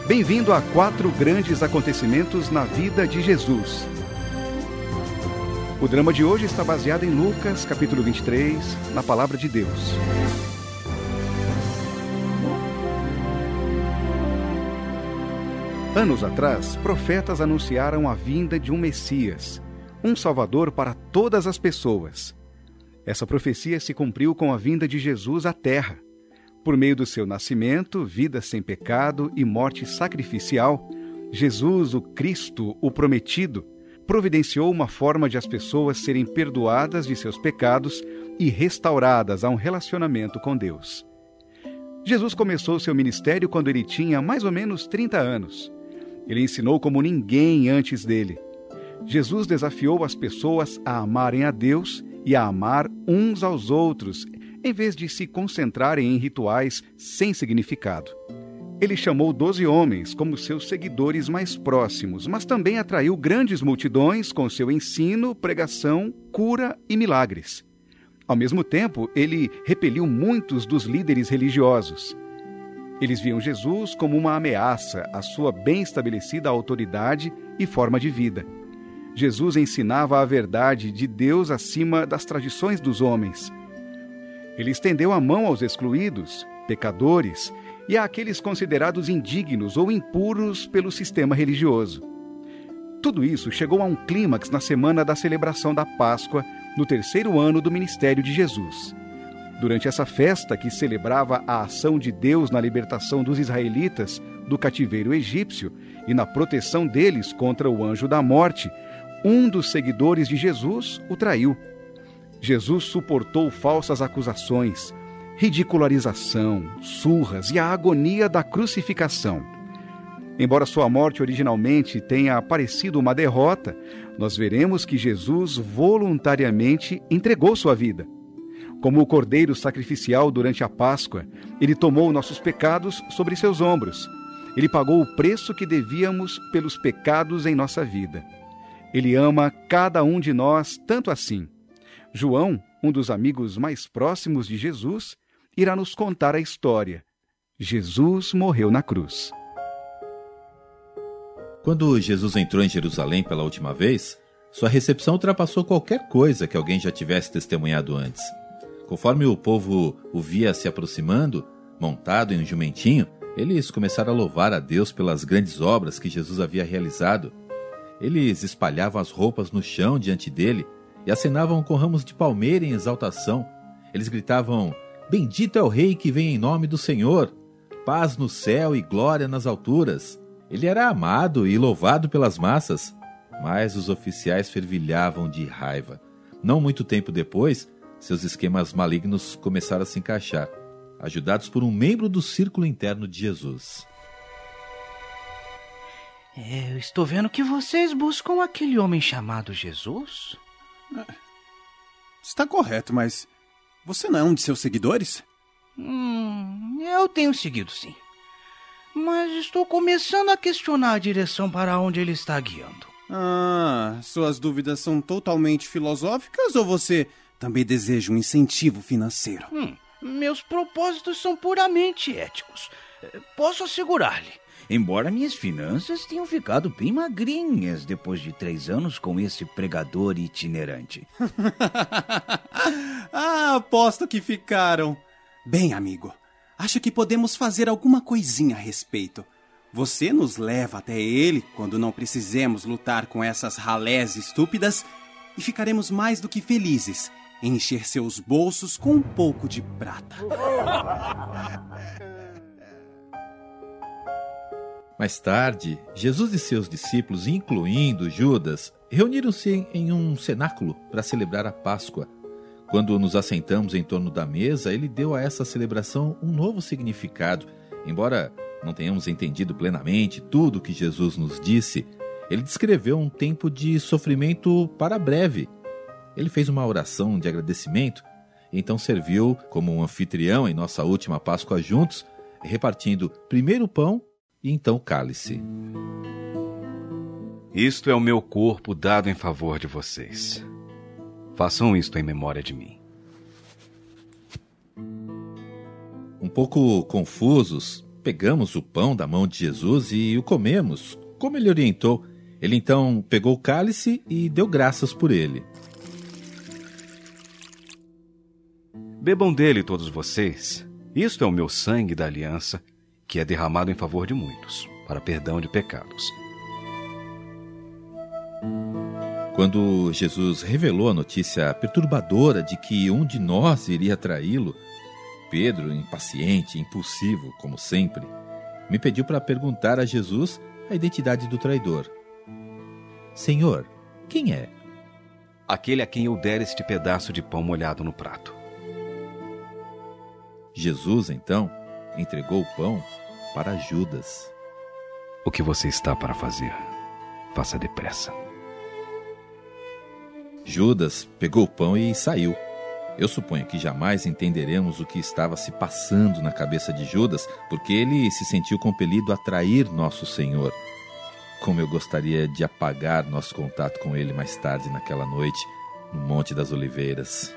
Bem-vindo a 4 grandes acontecimentos na vida de Jesus. O drama de hoje está baseado em Lucas, capítulo 23, na Palavra de Deus. Anos atrás, profetas anunciaram a vinda de um Messias, um Salvador para todas as pessoas. Essa profecia se cumpriu com a vinda de Jesus à Terra. Por meio do seu nascimento, vida sem pecado e morte sacrificial, Jesus, o Cristo, o Prometido, providenciou uma forma de as pessoas serem perdoadas de seus pecados e restauradas a um relacionamento com Deus. Jesus começou seu ministério quando ele tinha mais ou menos 30 anos. Ele ensinou como ninguém antes dele. Jesus desafiou as pessoas a amarem a Deus e a amar uns aos outros, em vez de se concentrarem em rituais sem significado. Ele chamou 12 homens como seus seguidores mais próximos, mas também atraiu grandes multidões com seu ensino, pregação, cura e milagres. Ao mesmo tempo, ele repeliu muitos dos líderes religiosos. Eles viam Jesus como uma ameaça à sua bem estabelecida autoridade e forma de vida. Jesus ensinava a verdade de Deus acima das tradições dos homens. Ele estendeu a mão aos excluídos, pecadores e àqueles considerados indignos ou impuros pelo sistema religioso. Tudo isso chegou a um clímax na semana da celebração da Páscoa, no 3º ano do ministério de Jesus. Durante essa festa, que celebrava a ação de Deus na libertação dos israelitas do cativeiro egípcio e na proteção deles contra o anjo da morte, um dos seguidores de Jesus o traiu. Jesus suportou falsas acusações, ridicularização, surras e a agonia da crucificação. Embora sua morte originalmente tenha parecido uma derrota, nós veremos que Jesus voluntariamente entregou sua vida. Como o cordeiro sacrificial durante a Páscoa, ele tomou nossos pecados sobre seus ombros. Ele pagou o preço que devíamos pelos pecados em nossa vida. Ele ama cada um de nós tanto assim. João, um dos amigos mais próximos de Jesus, irá nos contar a história. Jesus morreu na cruz. Quando Jesus entrou em Jerusalém pela última vez, sua recepção ultrapassou qualquer coisa que alguém já tivesse testemunhado antes. Conforme o povo o via se aproximando, montado em um jumentinho, eles começaram a louvar a Deus pelas grandes obras que Jesus havia realizado. Eles espalhavam as roupas no chão diante dele e acenavam com ramos de palmeira em exaltação. Eles gritavam: "Bendito é o Rei que vem em nome do Senhor! Paz no céu e glória nas alturas!" Ele era amado e louvado pelas massas, mas os oficiais fervilhavam de raiva. Não muito tempo depois, seus esquemas malignos começaram a se encaixar, ajudados por um membro do círculo interno de Jesus. Eu estou vendo que vocês buscam aquele homem chamado Jesus. Está correto, mas você não é um de seus seguidores? Eu tenho seguido, sim. Mas estou começando a questionar a direção para onde ele está guiando. Suas dúvidas são totalmente filosóficas ou você também deseja um incentivo financeiro? Meus propósitos são puramente éticos. Posso assegurar-lhe. Embora minhas finanças tenham ficado bem magrinhas depois de 3 anos com esse pregador itinerante. Aposto que ficaram. Bem, amigo, acho que podemos fazer alguma coisinha a respeito. Você nos leva até ele quando não precisemos lutar com essas ralés estúpidas e ficaremos mais do que felizes em encher seus bolsos com um pouco de prata. Mais tarde, Jesus e seus discípulos, incluindo Judas, reuniram-se em um cenáculo para celebrar a Páscoa. Quando nos assentamos em torno da mesa, ele deu a essa celebração um novo significado. Embora não tenhamos entendido plenamente tudo o que Jesus nos disse, ele descreveu um tempo de sofrimento para breve. Ele fez uma oração de agradecimento e então serviu como um anfitrião em nossa última Páscoa juntos, repartindo primeiro o pão e então o cálice. Isto é o meu corpo dado em favor de vocês. Façam isto em memória de mim. Um pouco confusos, pegamos o pão da mão de Jesus e o comemos, como ele orientou. Ele então pegou o cálice e deu graças por ele. Bebam dele todos vocês. Isto é o meu sangue da aliança, que é derramado em favor de muitos, para perdão de pecados. Quando Jesus revelou a notícia perturbadora de que um de nós iria traí-lo, Pedro, impaciente, impulsivo, como sempre, me pediu para perguntar a Jesus a identidade do traidor. Senhor, quem é? Aquele a quem eu der este pedaço de pão molhado no prato. Jesus, então, entregou o pão para Judas. O que você está para fazer? Faça depressa. Judas pegou o pão e saiu. Eu suponho que jamais entenderemos o que estava se passando na cabeça de Judas, porque ele se sentiu compelido a trair nosso Senhor. Como eu gostaria de apagar nosso contato com ele mais tarde naquela noite, no Monte das Oliveiras.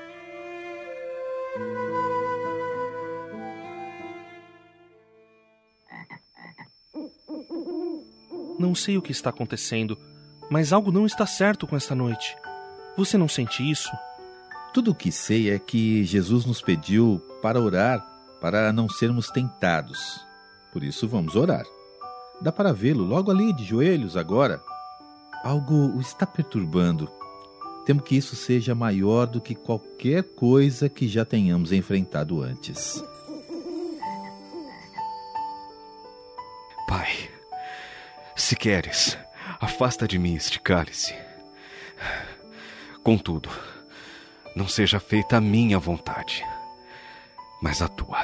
Não sei o que está acontecendo, mas algo não está certo com esta noite. Você não sente isso? Tudo o que sei é que Jesus nos pediu para orar, para não sermos tentados. Por isso vamos orar. Dá para vê-lo logo ali, de joelhos, agora. Algo o está perturbando. Temo que isso seja maior do que qualquer coisa que já tenhamos enfrentado antes. Pai, se queres, afasta de mim este cálice. Contudo, não seja feita a minha vontade, mas a tua.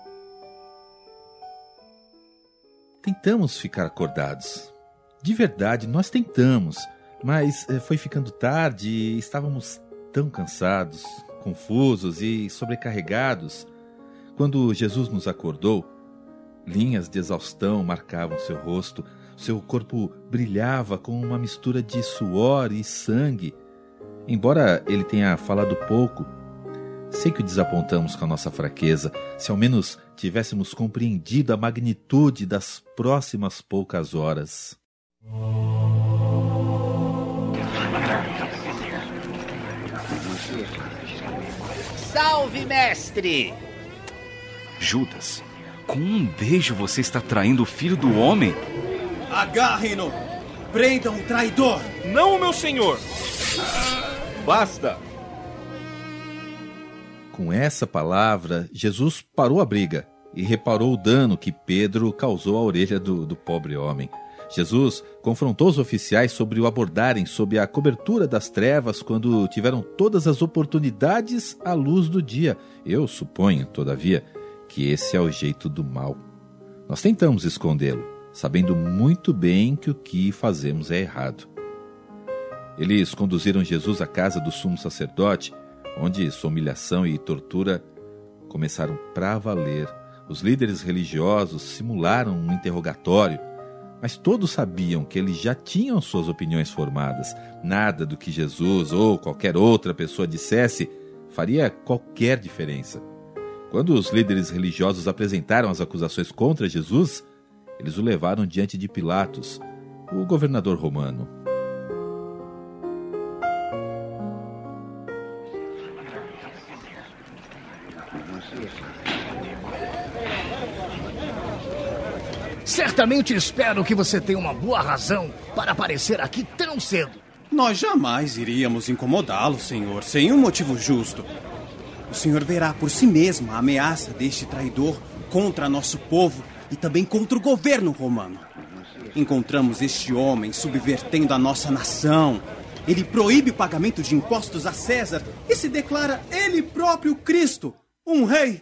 Tentamos ficar acordados. De verdade, nós tentamos, mas foi ficando tarde e estávamos tão cansados, confusos e sobrecarregados. Quando Jesus nos acordou, linhas de exaustão marcavam seu rosto, seu corpo brilhava com uma mistura de suor e sangue. Embora ele tenha falado pouco, sei que o desapontamos com a nossa fraqueza. Se ao menos tivéssemos compreendido a magnitude das próximas poucas horas. Salve, mestre! Judas, com um beijo você está traindo o filho do homem? Agarrem-no! Prendam o traidor! Não, meu senhor! Basta! Com essa palavra, Jesus parou a briga e reparou o dano que Pedro causou à orelha do pobre homem. Jesus confrontou os oficiais sobre o abordarem sob a cobertura das trevas quando tiveram todas as oportunidades à luz do dia. Eu suponho, todavia, que esse é o jeito do mal. Nós tentamos escondê-lo, sabendo muito bem que o que fazemos é errado. Eles conduziram Jesus à casa do sumo sacerdote, onde sua humilhação e tortura começaram pra valer. Os líderes religiosos simularam um interrogatório, mas todos sabiam que eles já tinham suas opiniões formadas. Nada do que Jesus ou qualquer outra pessoa dissesse faria qualquer diferença. Quando os líderes religiosos apresentaram as acusações contra Jesus, eles o levaram diante de Pilatos, o governador romano. Certamente espero que você tenha uma boa razão para aparecer aqui tão cedo. Nós jamais iríamos incomodá-lo, senhor, sem um motivo justo. O senhor verá por si mesmo a ameaça deste traidor contra nosso povo e também contra o governo romano. Encontramos este homem subvertendo a nossa nação. Ele proíbe o pagamento de impostos a César e se declara ele próprio Cristo, um rei.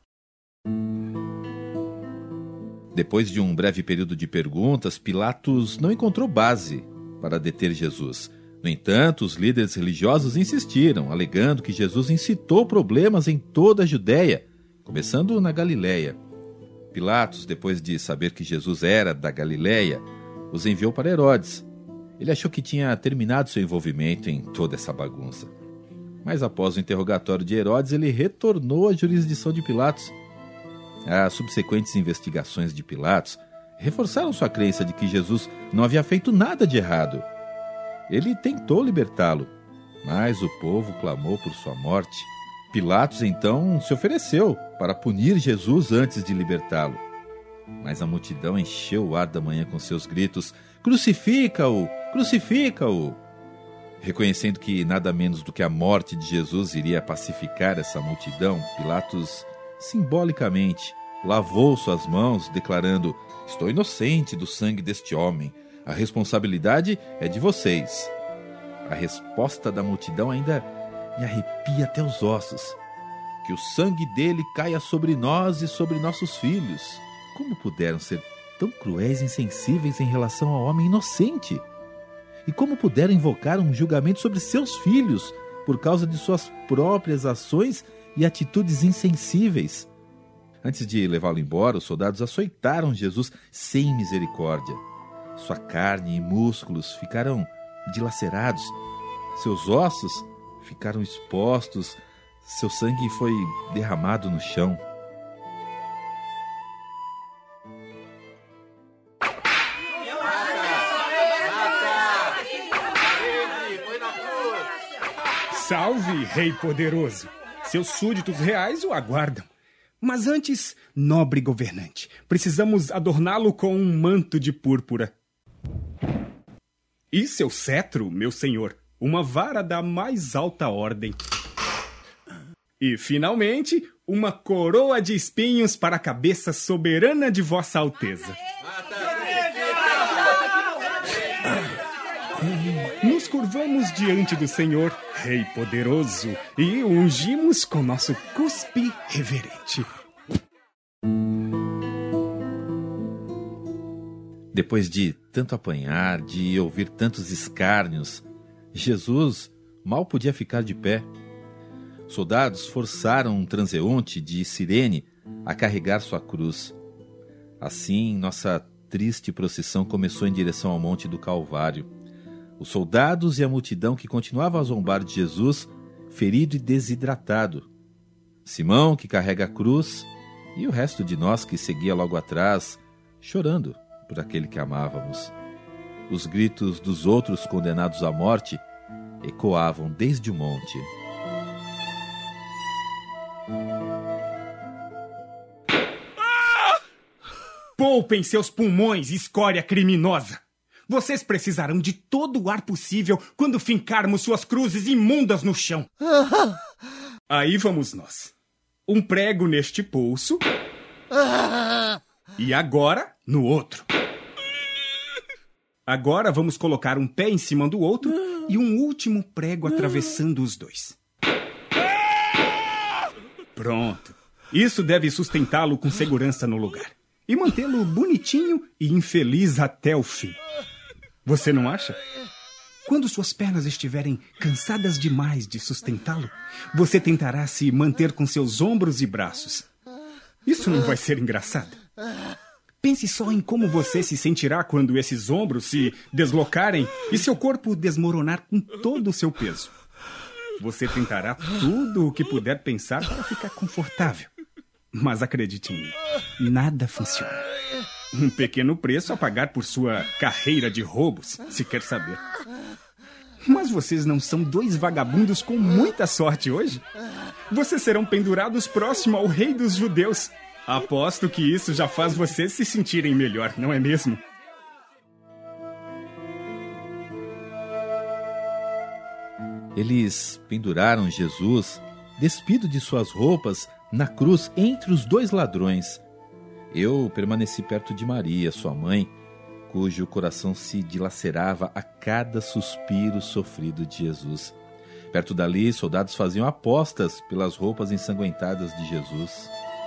Depois de um breve período de perguntas, Pilatos não encontrou base para deter Jesus. No entanto, os líderes religiosos insistiram, alegando que Jesus incitou problemas em toda a Judéia, começando na Galiléia. Pilatos, depois de saber que Jesus era da Galiléia, os enviou para Herodes. Ele achou que tinha terminado seu envolvimento em toda essa bagunça. Mas após o interrogatório de Herodes, ele retornou à jurisdição de Pilatos. As subsequentes investigações de Pilatos reforçaram sua crença de que Jesus não havia feito nada de errado. Ele tentou libertá-lo, mas o povo clamou por sua morte. Pilatos, então, se ofereceu para punir Jesus antes de libertá-lo. Mas a multidão encheu o ar da manhã com seus gritos: "Crucifica-o! Crucifica-o!" Reconhecendo que nada menos do que a morte de Jesus iria pacificar essa multidão, Pilatos, simbolicamente, lavou suas mãos, declarando: "Estou inocente do sangue deste homem. A responsabilidade é de vocês." A resposta da multidão ainda me arrepia até os ossos. "Que o sangue dele caia sobre nós e sobre nossos filhos." Como puderam ser tão cruéis e insensíveis em relação ao homem inocente? E como puderam invocar um julgamento sobre seus filhos por causa de suas próprias ações e atitudes insensíveis? Antes de levá-lo embora, os soldados açoitaram Jesus sem misericórdia. Sua carne e músculos ficaram dilacerados, seus ossos ficaram expostos, seu sangue foi derramado no chão. Salve, Rei Poderoso! Seus súditos reais o aguardam. Mas antes, nobre governante, precisamos adorná-lo com um manto de púrpura. E seu cetro, meu senhor, uma vara da mais alta ordem. E, finalmente, uma coroa de espinhos para a cabeça soberana de Vossa Alteza. Nos curvamos diante do Senhor, Rei Poderoso, e o ungimos com nosso cuspe reverente. Depois de tanto apanhar, de ouvir tantos escárnios, Jesus mal podia ficar de pé. Soldados forçaram um transeunte de Cirene a carregar sua cruz. Assim, nossa triste procissão começou em direção ao Monte do Calvário. Os soldados e a multidão que continuava a zombar de Jesus, ferido e desidratado. Simão, que carrega a cruz, e o resto de nós que seguia logo atrás, chorando por aquele que amávamos. Os gritos dos outros condenados à morte ecoavam desde o monte. Poupem seus pulmões, escória criminosa! Vocês precisarão de todo o ar possível quando fincarmos suas cruzes imundas no chão. Aí vamos nós. Um prego neste pulso. E agora, no outro. Agora vamos colocar um pé em cima do outro e um último prego atravessando os dois. Pronto. Isso deve sustentá-lo com segurança no lugar. E mantê-lo bonitinho e infeliz até o fim. Você não acha? Quando suas pernas estiverem cansadas demais de sustentá-lo, você tentará se manter com seus ombros e braços. Isso não vai ser engraçado? Pense só em como você se sentirá quando esses ombros se deslocarem e seu corpo desmoronar com todo o seu peso. Você tentará tudo o que puder pensar para ficar confortável. Mas acredite em mim, nada funciona. Um pequeno preço a pagar por sua carreira de roubos, se quer saber. Mas vocês não são dois vagabundos com muita sorte hoje? Vocês serão pendurados próximo ao rei dos judeus. Aposto que isso já faz vocês se sentirem melhor, não é mesmo? Eles penduraram Jesus, despido de suas roupas, na cruz entre os dois ladrões. Eu permaneci perto de Maria, sua mãe, cujo coração se dilacerava a cada suspiro sofrido de Jesus. Perto dali, soldados faziam apostas pelas roupas ensanguentadas de Jesus.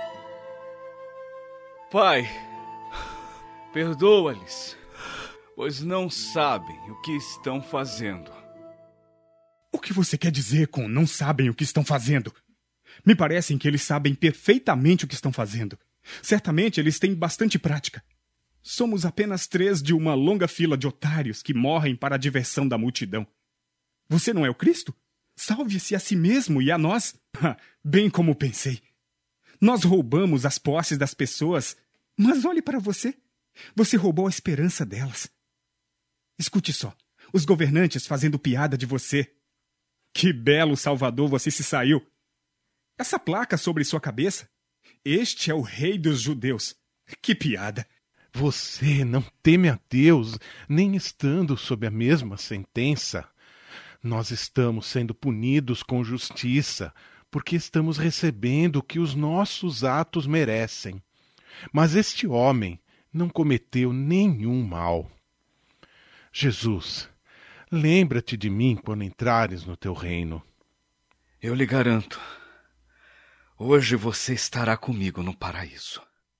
Pai, perdoa-lhes, pois não sabem o que estão fazendo. O que você quer dizer com não sabem o que estão fazendo? Me parecem que eles sabem perfeitamente o que estão fazendo. Certamente eles têm bastante prática. Somos apenas 3 de uma longa fila de otários que morrem para a diversão da multidão. Você não é o Cristo? Salve-se a si mesmo e a nós. Bem como pensei. Nós roubamos as posses das pessoas, mas olhe para você. Você roubou a esperança delas. Escute só, os governantes fazendo piada de você. Que belo Salvador você se saiu. Essa placa sobre sua cabeça, este é o rei dos judeus. Que piada. Você não teme a Deus, nem estando sob a mesma sentença. Nós estamos sendo punidos com justiça, porque estamos recebendo o que os nossos atos merecem. Mas este homem não cometeu nenhum mal. Jesus, lembra-te de mim quando entrares no teu reino. Eu lhe garanto, hoje você estará comigo no paraíso.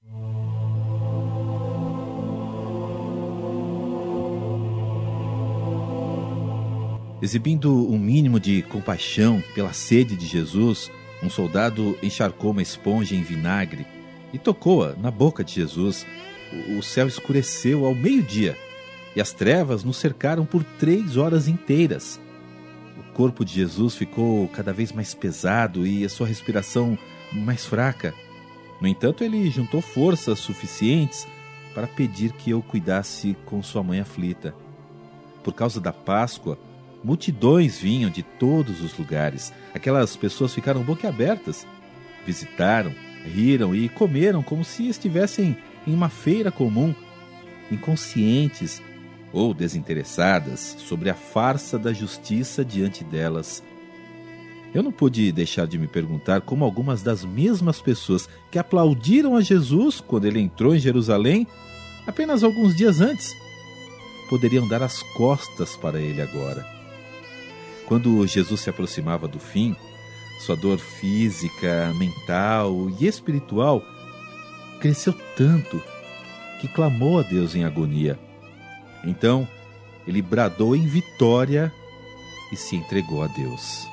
Exibindo um mínimo de compaixão pela sede de Jesus, um soldado encharcou uma esponja em vinagre e tocou-a na boca de Jesus. O céu escureceu ao meio-dia e as trevas nos cercaram por 3 horas inteiras. O corpo de Jesus ficou cada vez mais pesado e a sua respiração mais fraca. No entanto, ele juntou forças suficientes para pedir que eu cuidasse com sua mãe aflita. Por causa da Páscoa, multidões vinham de todos os lugares. Aquelas pessoas ficaram boquiabertas. Visitaram, riram e comeram como se estivessem em uma feira comum, inconscientes ou desinteressadas sobre a farsa da justiça diante delas. Eu não pude deixar de me perguntar como algumas das mesmas pessoas que aplaudiram a Jesus quando ele entrou em Jerusalém, apenas alguns dias antes, poderiam dar as costas para ele agora. Quando Jesus se aproximava do fim, sua dor física, mental e espiritual cresceu tanto que clamou a Deus em agonia. Então, ele bradou em vitória e se entregou a Deus.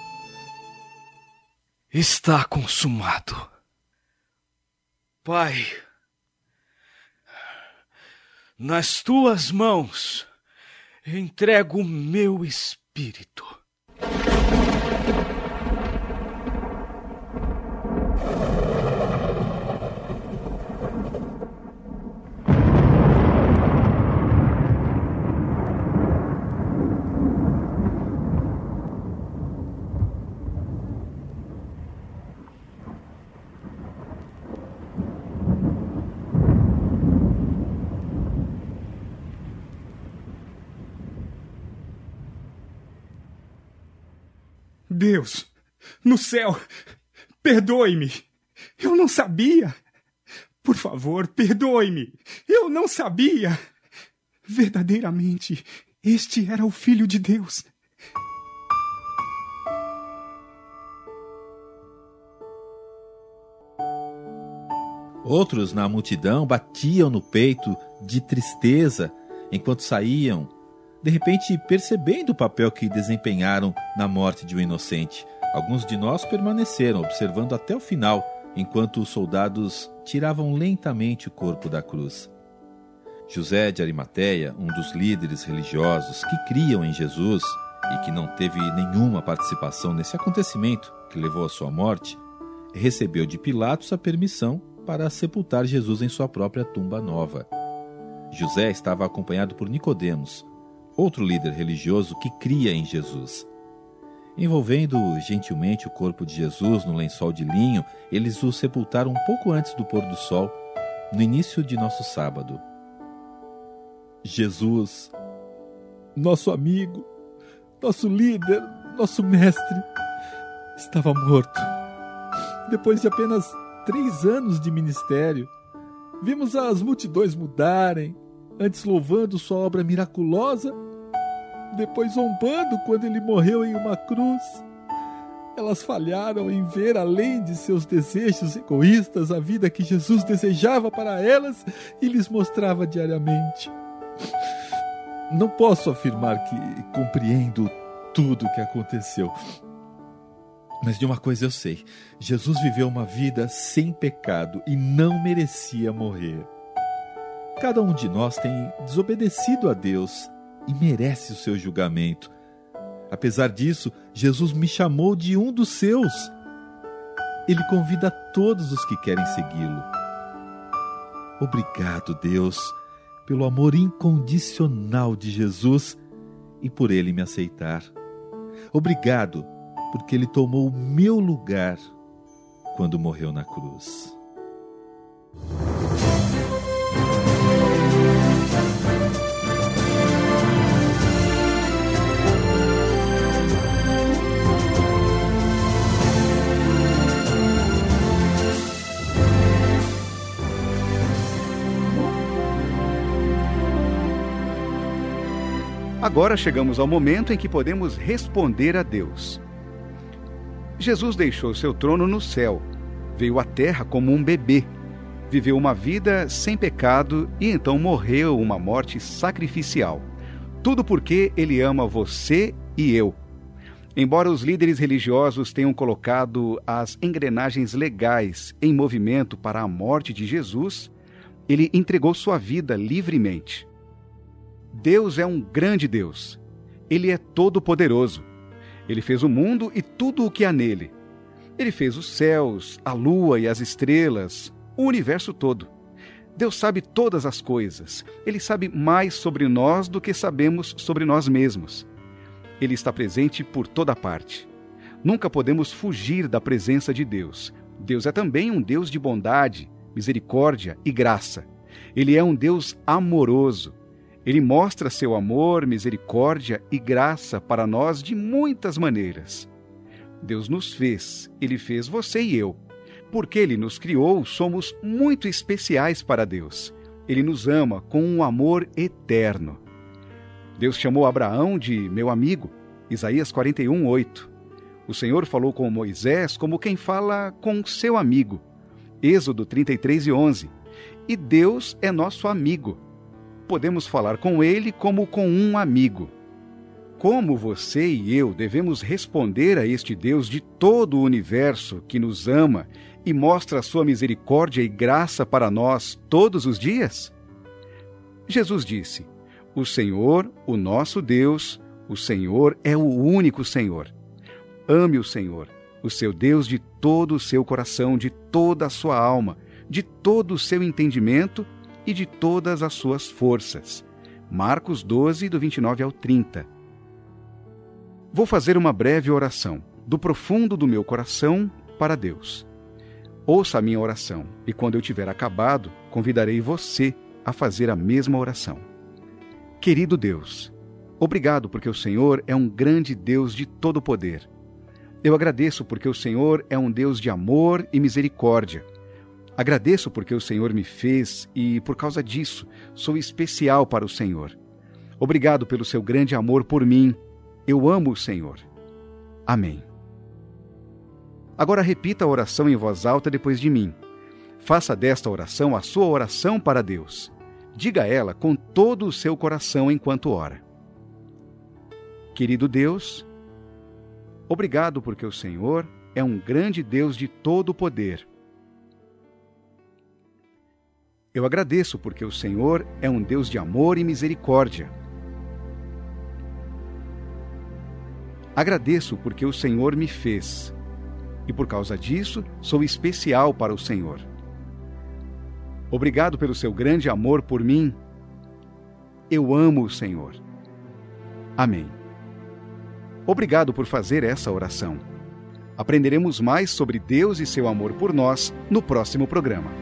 Está consumado. Pai, nas tuas mãos entrego o meu espírito. Deus, no céu, perdoe-me. Eu não sabia. Por favor, perdoe-me. Eu não sabia. Verdadeiramente, este era o Filho de Deus. Outros na multidão batiam no peito de tristeza enquanto saíam, de repente percebendo o papel que desempenharam na morte de um inocente. Alguns de nós permaneceram observando até o final, enquanto os soldados tiravam lentamente o corpo da cruz. José de Arimateia, um dos líderes religiosos que criam em Jesus e que não teve nenhuma participação nesse acontecimento que levou à sua morte, recebeu de Pilatos a permissão para sepultar Jesus em sua própria tumba nova. José estava acompanhado por Nicodemos, outro líder religioso que cria em Jesus. Envolvendo gentilmente o corpo de Jesus no lençol de linho, eles o sepultaram um pouco antes do pôr do sol, no início de nosso sábado. Jesus, nosso amigo, nosso líder, nosso mestre, estava morto. Depois de apenas 3 anos de ministério, vimos as multidões mudarem, antes louvando sua obra miraculosa, depois zombando quando ele morreu em uma cruz. Elas falharam em ver além de seus desejos egoístas a vida que Jesus desejava para elas e lhes mostrava diariamente. Não posso afirmar que compreendo tudo o que aconteceu, mas de uma coisa eu sei: Jesus viveu uma vida sem pecado e não merecia morrer. Cada um de nós tem desobedecido a Deus e merece o seu julgamento. Apesar disso, Jesus me chamou de um dos seus. Ele convida todos os que querem segui-lo. Obrigado, Deus, pelo amor incondicional de Jesus e por ele me aceitar. Obrigado, porque ele tomou o meu lugar quando morreu na cruz. Agora chegamos ao momento em que podemos responder a Deus. Jesus deixou seu trono no céu, veio à terra como um bebê, viveu uma vida sem pecado e então morreu uma morte sacrificial. Tudo porque ele ama você e eu. Embora os líderes religiosos tenham colocado as engrenagens legais em movimento para a morte de Jesus, ele entregou sua vida livremente. Deus é um grande Deus. Ele é todo-poderoso. Ele fez o mundo e tudo o que há nele. Ele fez os céus, a lua e as estrelas, o universo todo. Deus sabe todas as coisas. Ele sabe mais sobre nós do que sabemos sobre nós mesmos. Ele está presente por toda parte. Nunca podemos fugir da presença de Deus. Deus é também um Deus de bondade, misericórdia e graça. Ele é um Deus amoroso. Ele mostra seu amor, misericórdia e graça para nós de muitas maneiras. Deus nos fez, Ele fez você e eu. Porque Ele nos criou, somos muito especiais para Deus. Ele nos ama com um amor eterno. Deus chamou Abraão de meu amigo, Isaías 41:8. O Senhor falou com Moisés como quem fala com seu amigo, Êxodo 33:11. E Deus é nosso amigo. Podemos falar com Ele como com um amigo. Como você e eu devemos responder a este Deus de todo o universo que nos ama e mostra a sua misericórdia e graça para nós todos os dias? Jesus disse: o Senhor, o nosso Deus, o Senhor é o único Senhor. Ame o Senhor, o seu Deus, de todo o seu coração, de toda a sua alma, de todo o seu entendimento e de todas as suas forças. Marcos 12, do 29 ao 30. Vou fazer uma breve oração, do profundo do meu coração para Deus. Ouça a minha oração, e quando eu tiver acabado, convidarei você a fazer a mesma oração. Querido Deus, obrigado porque o Senhor é um grande Deus de todo poder. Eu agradeço porque o Senhor é um Deus de amor e misericórdia. Agradeço porque o Senhor me fez e, por causa disso, sou especial para o Senhor. Obrigado pelo seu grande amor por mim. Eu amo o Senhor. Amém. Agora repita a oração em voz alta depois de mim. Faça desta oração a sua oração para Deus. Diga ela com todo o seu coração enquanto ora. Querido Deus, obrigado porque o Senhor é um grande Deus de todo o poder. Eu agradeço porque o Senhor é um Deus de amor e misericórdia. Agradeço porque o Senhor me fez, e por causa disso sou especial para o Senhor. Obrigado pelo seu grande amor por mim. Eu amo o Senhor. Amém. Obrigado por fazer essa oração. Aprenderemos mais sobre Deus e seu amor por nós no próximo programa.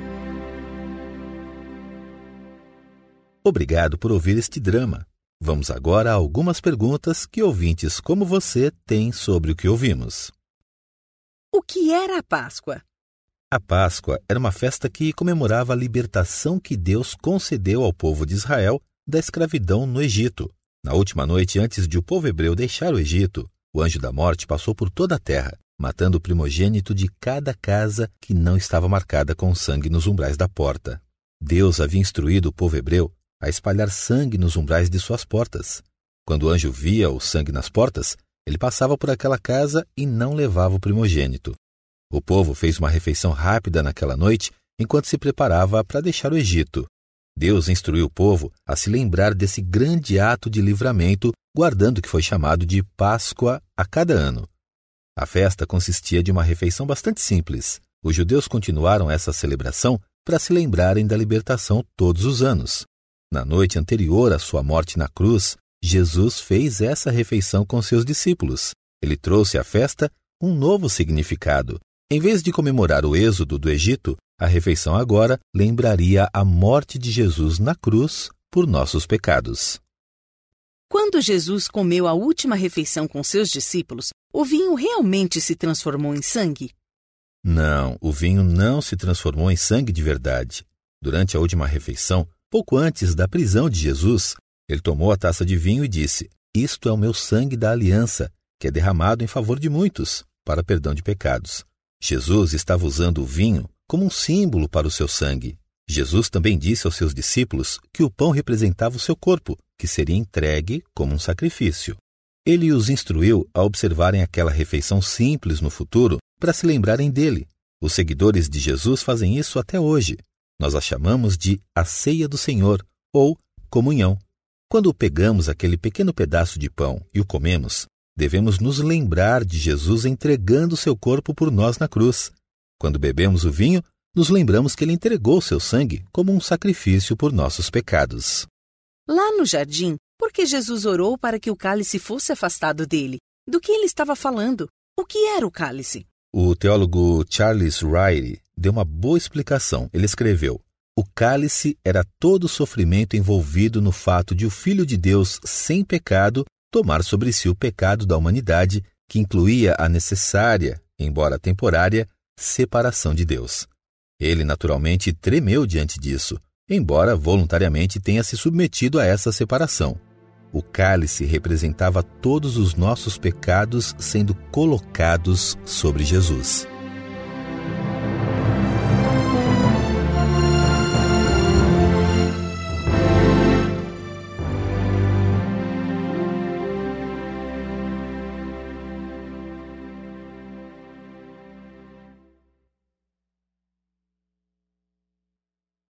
Obrigado por ouvir este drama. Vamos agora a algumas perguntas que ouvintes como você têm sobre o que ouvimos. O que era a Páscoa? A Páscoa era uma festa que comemorava a libertação que Deus concedeu ao povo de Israel da escravidão no Egito. Na última noite antes de o povo hebreu deixar o Egito, o anjo da morte passou por toda a terra, matando o primogênito de cada casa que não estava marcada com sangue nos umbrais da porta. Deus havia instruído o povo hebreu a espalhar sangue nos umbrais de suas portas. Quando o anjo via o sangue nas portas, ele passava por aquela casa e não levava o primogênito. O povo fez uma refeição rápida naquela noite enquanto se preparava para deixar o Egito. Deus instruiu o povo a se lembrar desse grande ato de livramento, guardando o que foi chamado de Páscoa a cada ano. A festa consistia de uma refeição bastante simples. Os judeus continuaram essa celebração para se lembrarem da libertação todos os anos. Na noite anterior à sua morte na cruz, Jesus fez essa refeição com seus discípulos. Ele trouxe à festa um novo significado. Em vez de comemorar o êxodo do Egito, a refeição agora lembraria a morte de Jesus na cruz por nossos pecados. Quando Jesus comeu a última refeição com seus discípulos, o vinho realmente se transformou em sangue? Não, o vinho não se transformou em sangue de verdade. Durante a última refeição, pouco antes da prisão de Jesus, ele tomou a taça de vinho e disse: "Isto é o meu sangue da aliança, que é derramado em favor de muitos, para perdão de pecados." Jesus estava usando o vinho como um símbolo para o seu sangue. Jesus também disse aos seus discípulos que o pão representava o seu corpo, que seria entregue como um sacrifício. Ele os instruiu a observarem aquela refeição simples no futuro para se lembrarem dele. Os seguidores de Jesus fazem isso até hoje. Nós a chamamos de a ceia do Senhor, ou comunhão. Quando pegamos aquele pequeno pedaço de pão e o comemos, devemos nos lembrar de Jesus entregando seu corpo por nós na cruz. Quando bebemos o vinho, nos lembramos que ele entregou seu sangue como um sacrifício por nossos pecados. Lá no jardim, por que Jesus orou para que o cálice fosse afastado dele? Do que ele estava falando? O que era o cálice? O teólogo Charles Ryrie deu uma boa explicação. Ele escreveu: "O cálice era todo o sofrimento envolvido no fato de o Filho de Deus, sem pecado, tomar sobre si o pecado da humanidade, que incluía a necessária, embora temporária, separação de Deus. Ele naturalmente tremeu diante disso, embora voluntariamente tenha se submetido a essa separação. O cálice representava todos os nossos pecados sendo colocados sobre Jesus."